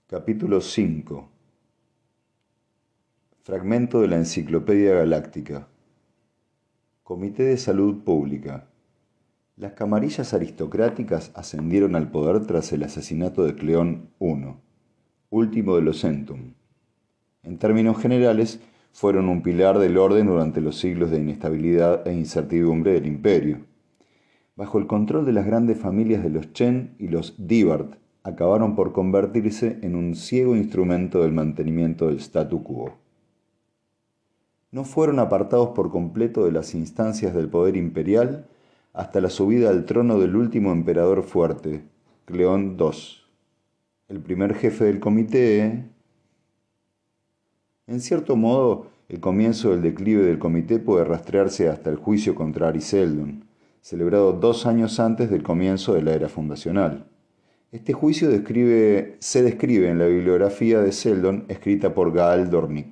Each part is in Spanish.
Capítulo 5. Fragmento de la Enciclopedia Galáctica. Comité de Salud Pública. Las camarillas aristocráticas ascendieron al poder tras el asesinato de Cleón I, último de los Centum. En términos generales, fueron un pilar del orden durante los siglos de inestabilidad e incertidumbre del imperio. Bajo el control de las grandes familias de los Chen y los Dibard, acabaron por convertirse en un ciego instrumento del mantenimiento del statu quo. No fueron apartados por completo de las instancias del poder imperial hasta la subida al trono del último emperador fuerte, Cleón II. El primer jefe del comité. En cierto modo, el comienzo del declive del comité puede rastrearse hasta el juicio contra Ariseldon, celebrado 2 años antes del comienzo de la era fundacional. Este juicio se describe en la bibliografía de Seldon escrita por Gaal Dornick.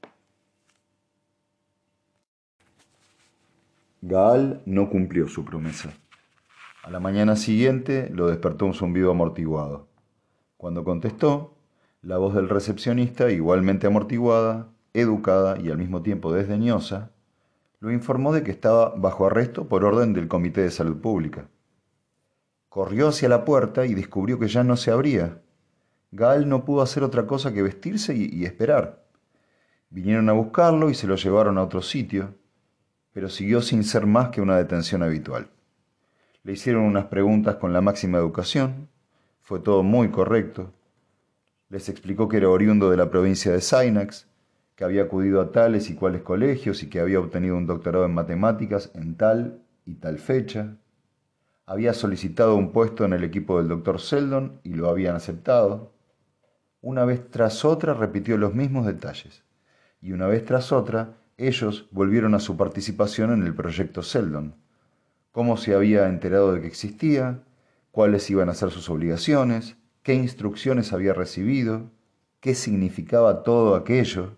Gaal no cumplió su promesa. A la mañana siguiente lo despertó un zumbido amortiguado. Cuando contestó, la voz del recepcionista, igualmente amortiguada, educada y al mismo tiempo desdeñosa, lo informó de que estaba bajo arresto por orden del Comité de Salud Pública. Corrió hacia la puerta y descubrió que ya no se abría. Gaal no pudo hacer otra cosa que vestirse y esperar. Vinieron a buscarlo y se lo llevaron a otro sitio, pero siguió sin ser más que una detención habitual. Le hicieron unas preguntas con la máxima educación, fue todo muy correcto. Les explicó que era oriundo de la provincia de Synax, que había acudido a tales y cuales colegios y que había obtenido un doctorado en matemáticas en tal y tal fecha. Había solicitado un puesto en el equipo del Dr. Seldon y lo habían aceptado. Una vez tras otra repitió los mismos detalles, y una vez tras otra ellos volvieron a su participación en el proyecto Seldon. Cómo se había enterado de que existía, cuáles iban a ser sus obligaciones, qué instrucciones había recibido, qué significaba todo aquello.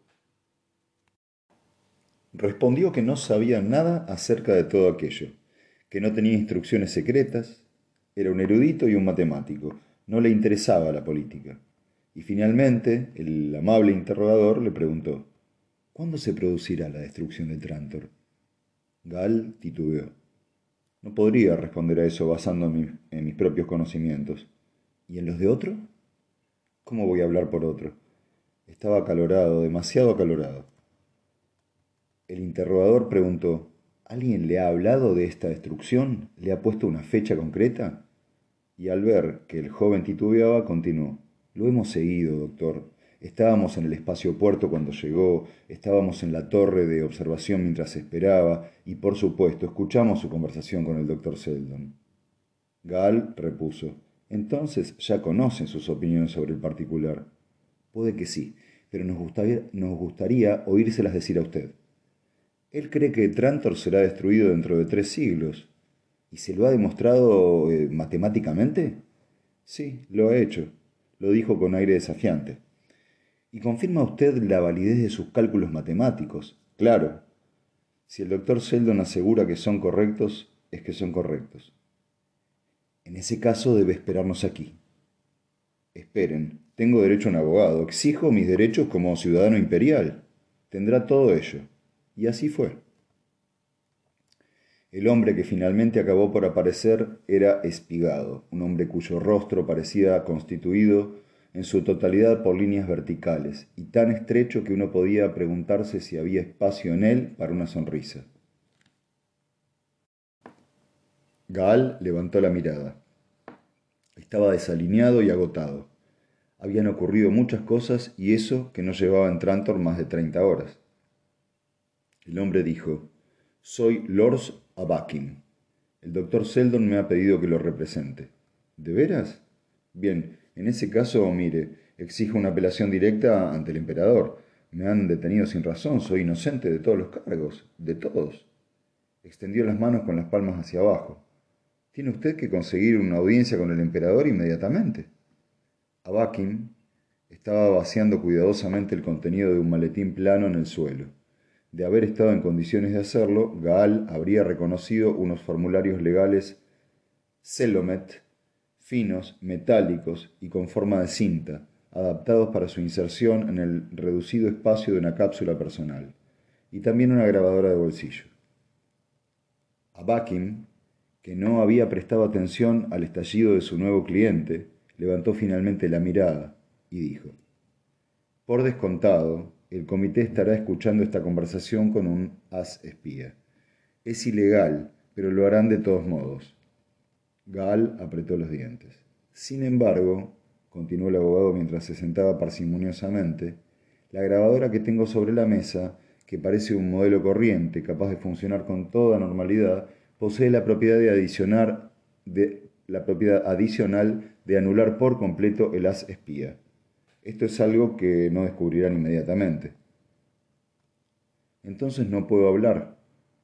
Respondió que no sabía nada acerca de todo aquello, que no tenía instrucciones secretas, era un erudito y un matemático, no le interesaba la política. Y finalmente, el amable interrogador le preguntó: ¿cuándo se producirá la destrucción de Trantor? Gaal titubeó. No podría responder a eso basándome en mis propios conocimientos. ¿Y en los de otro? ¿Cómo voy a hablar por otro? Estaba acalorado, demasiado acalorado. El interrogador preguntó: ¿alguien le ha hablado de esta destrucción? ¿Le ha puesto una fecha concreta? Y al ver que el joven titubeaba, continuó: lo hemos seguido, doctor. Estábamos en el espacio puerto cuando llegó, estábamos en la torre de observación mientras esperaba, y por supuesto escuchamos su conversación con el doctor Seldon. Gaal repuso: entonces ya conocen sus opiniones sobre el particular. Puede que sí, pero nos gustaría oírselas decir a usted. Él cree que Trantor será destruido dentro de 3 siglos. ¿Y se lo ha demostrado matemáticamente? Sí, lo ha hecho. Lo dijo con aire desafiante. ¿Y confirma usted la validez de sus cálculos matemáticos? Claro. Si el doctor Seldon asegura que son correctos, es que son correctos. En ese caso debe esperarnos aquí. Esperen, tengo derecho a un abogado. Exijo mis derechos como ciudadano imperial. Tendrá todo ello. Y así fue. El hombre que finalmente acabó por aparecer era Espigado, un hombre cuyo rostro parecía constituido en su totalidad por líneas verticales, y tan estrecho que uno podía preguntarse si había espacio en él para una sonrisa. Gaal levantó la mirada. Estaba desalineado y agotado. Habían ocurrido muchas cosas y eso que no llevaba en Trantor más de 30 horas. El hombre dijo: soy Lors Abakin. El doctor Seldon me ha pedido que lo represente. ¿De veras? Bien, en ese caso, mire, exijo una apelación directa ante el emperador. Me han detenido sin razón, soy inocente de todos los cargos, de todos. Extendió las manos con las palmas hacia abajo. Tiene usted que conseguir una audiencia con el emperador inmediatamente. Abakin estaba vaciando cuidadosamente el contenido de un maletín plano en el suelo. De haber estado en condiciones de hacerlo, Gaal habría reconocido unos formularios legales Celomet, finos, metálicos y con forma de cinta, adaptados para su inserción en el reducido espacio de una cápsula personal, y también una grabadora de bolsillo. Abakim, que no había prestado atención al estallido de su nuevo cliente, levantó finalmente la mirada y dijo: «Por descontado, el comité estará escuchando esta conversación con un as espía. Es ilegal, pero lo harán de todos modos». Gaal apretó los dientes. «Sin embargo», continuó el abogado mientras se sentaba parsimoniosamente, «la grabadora que tengo sobre la mesa, que parece un modelo corriente, capaz de funcionar con toda normalidad, posee la propiedad adicional de anular por completo el as espía. Esto es algo que no descubrirán inmediatamente». «Entonces no puedo hablar».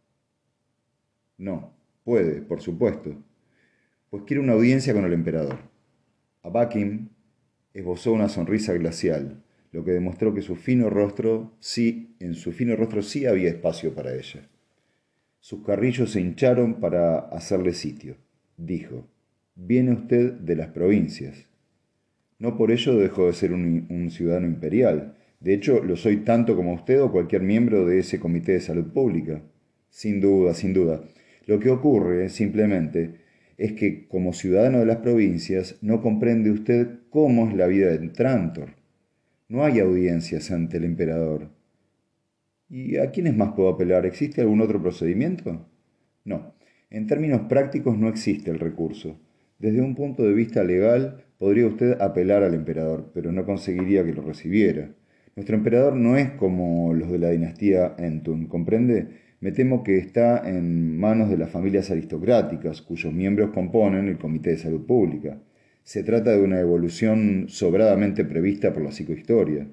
«No, puede, por supuesto. Pues quiere una audiencia con el emperador». Abakim esbozó una sonrisa glacial, lo que demostró que en su fino rostro sí había espacio para ella. Sus carrillos se hincharon para hacerle sitio. Dijo: «Viene usted de las provincias». «No por ello dejó de ser un ciudadano imperial. De hecho, lo soy tanto como usted o cualquier miembro de ese comité de salud pública». «Sin duda, sin duda. Lo que ocurre, simplemente, es que, como ciudadano de las provincias, no comprende usted cómo es la vida en Trantor. No hay audiencias ante el emperador». «¿Y a quiénes más puedo apelar? ¿Existe algún otro procedimiento?» «No. En términos prácticos no existe el recurso. Desde un punto de vista legal, podría usted apelar al emperador, pero no conseguiría que lo recibiera. Nuestro emperador no es como los de la dinastía Entun, ¿comprende? Me temo que está en manos de las familias aristocráticas, cuyos miembros componen el Comité de Salud Pública. Se trata de una evolución sobradamente prevista por la psicohistoria».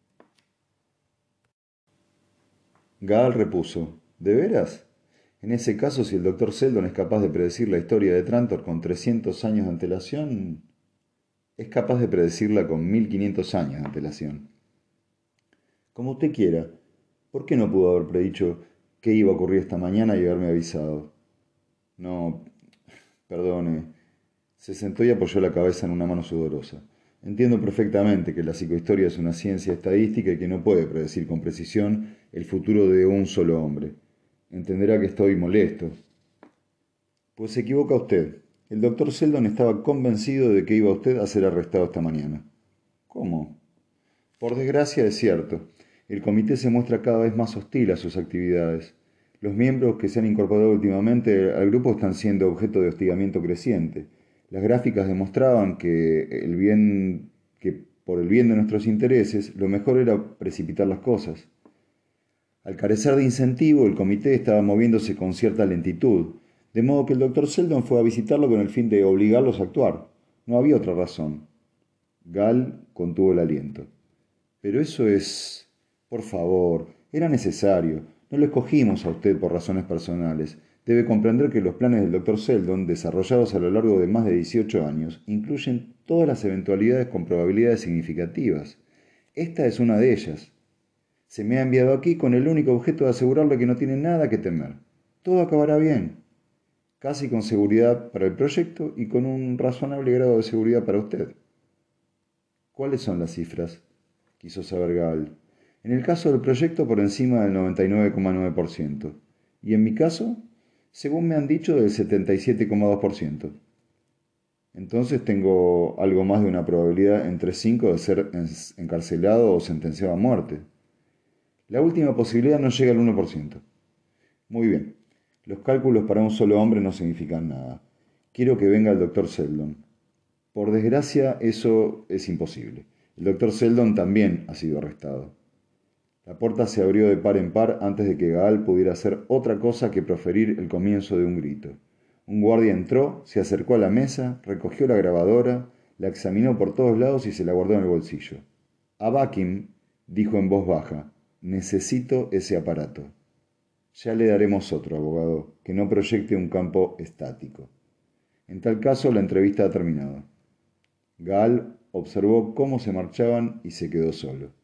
Gaal repuso: «¿De veras? En ese caso, si el doctor Seldon es capaz de predecir la historia de Trantor con 300 años de antelación, es capaz de predecirla con 1500 años de antelación». «Como usted quiera. ¿Por qué no pudo haber predicho qué iba a ocurrir esta mañana y haberme avisado?» «No, perdone». Se sentó y apoyó la cabeza en una mano sudorosa. «Entiendo perfectamente que la psicohistoria es una ciencia estadística y que no puede predecir con precisión el futuro de un solo hombre. Entenderá que estoy molesto». «Pues se equivoca usted. El doctor Seldon estaba convencido de que iba usted a ser arrestado esta mañana». «¿Cómo?». «Por desgracia es cierto. El comité se muestra cada vez más hostil a sus actividades. Los miembros que se han incorporado últimamente al grupo están siendo objeto de hostigamiento creciente. Las gráficas demostraban que por el bien de nuestros intereses, lo mejor era precipitar las cosas. Al carecer de incentivo, el comité estaba moviéndose con cierta lentitud, de modo que el doctor Seldon fue a visitarlo con el fin de obligarlos a actuar. No había otra razón». Gaal contuvo el aliento. «Pero eso es... Por favor, era necesario. No lo escogimos a usted por razones personales. Debe comprender que los planes del Dr. Seldon, desarrollados a lo largo de más de 18 años, incluyen todas las eventualidades con probabilidades significativas. Esta es una de ellas. Se me ha enviado aquí con el único objeto de asegurarle que no tiene nada que temer. Todo acabará bien, casi con seguridad para el proyecto y con un razonable grado de seguridad para usted». «¿Cuáles son las cifras?», quiso saber Gaal. «En el caso del proyecto, por encima del 99,9%. Y en mi caso, según me han dicho, del 77,2%. Entonces tengo algo más de una probabilidad entre 5 de ser encarcelado o sentenciado a muerte. La última posibilidad no llega al 1%. Muy bien. Los cálculos para un solo hombre no significan nada. Quiero que venga el doctor Seldon. Por desgracia, eso es imposible. El doctor Seldon también ha sido arrestado». La puerta se abrió de par en par antes de que Gaal pudiera hacer otra cosa que proferir el comienzo de un grito. Un guardia entró, se acercó a la mesa, recogió la grabadora, la examinó por todos lados y se la guardó en el bolsillo. «Abakim», dijo en voz baja, «necesito ese aparato». «Ya le daremos otro, abogado, que no proyecte un campo estático». «En tal caso, la entrevista ha terminado». Gaal observó cómo se marchaban y se quedó solo.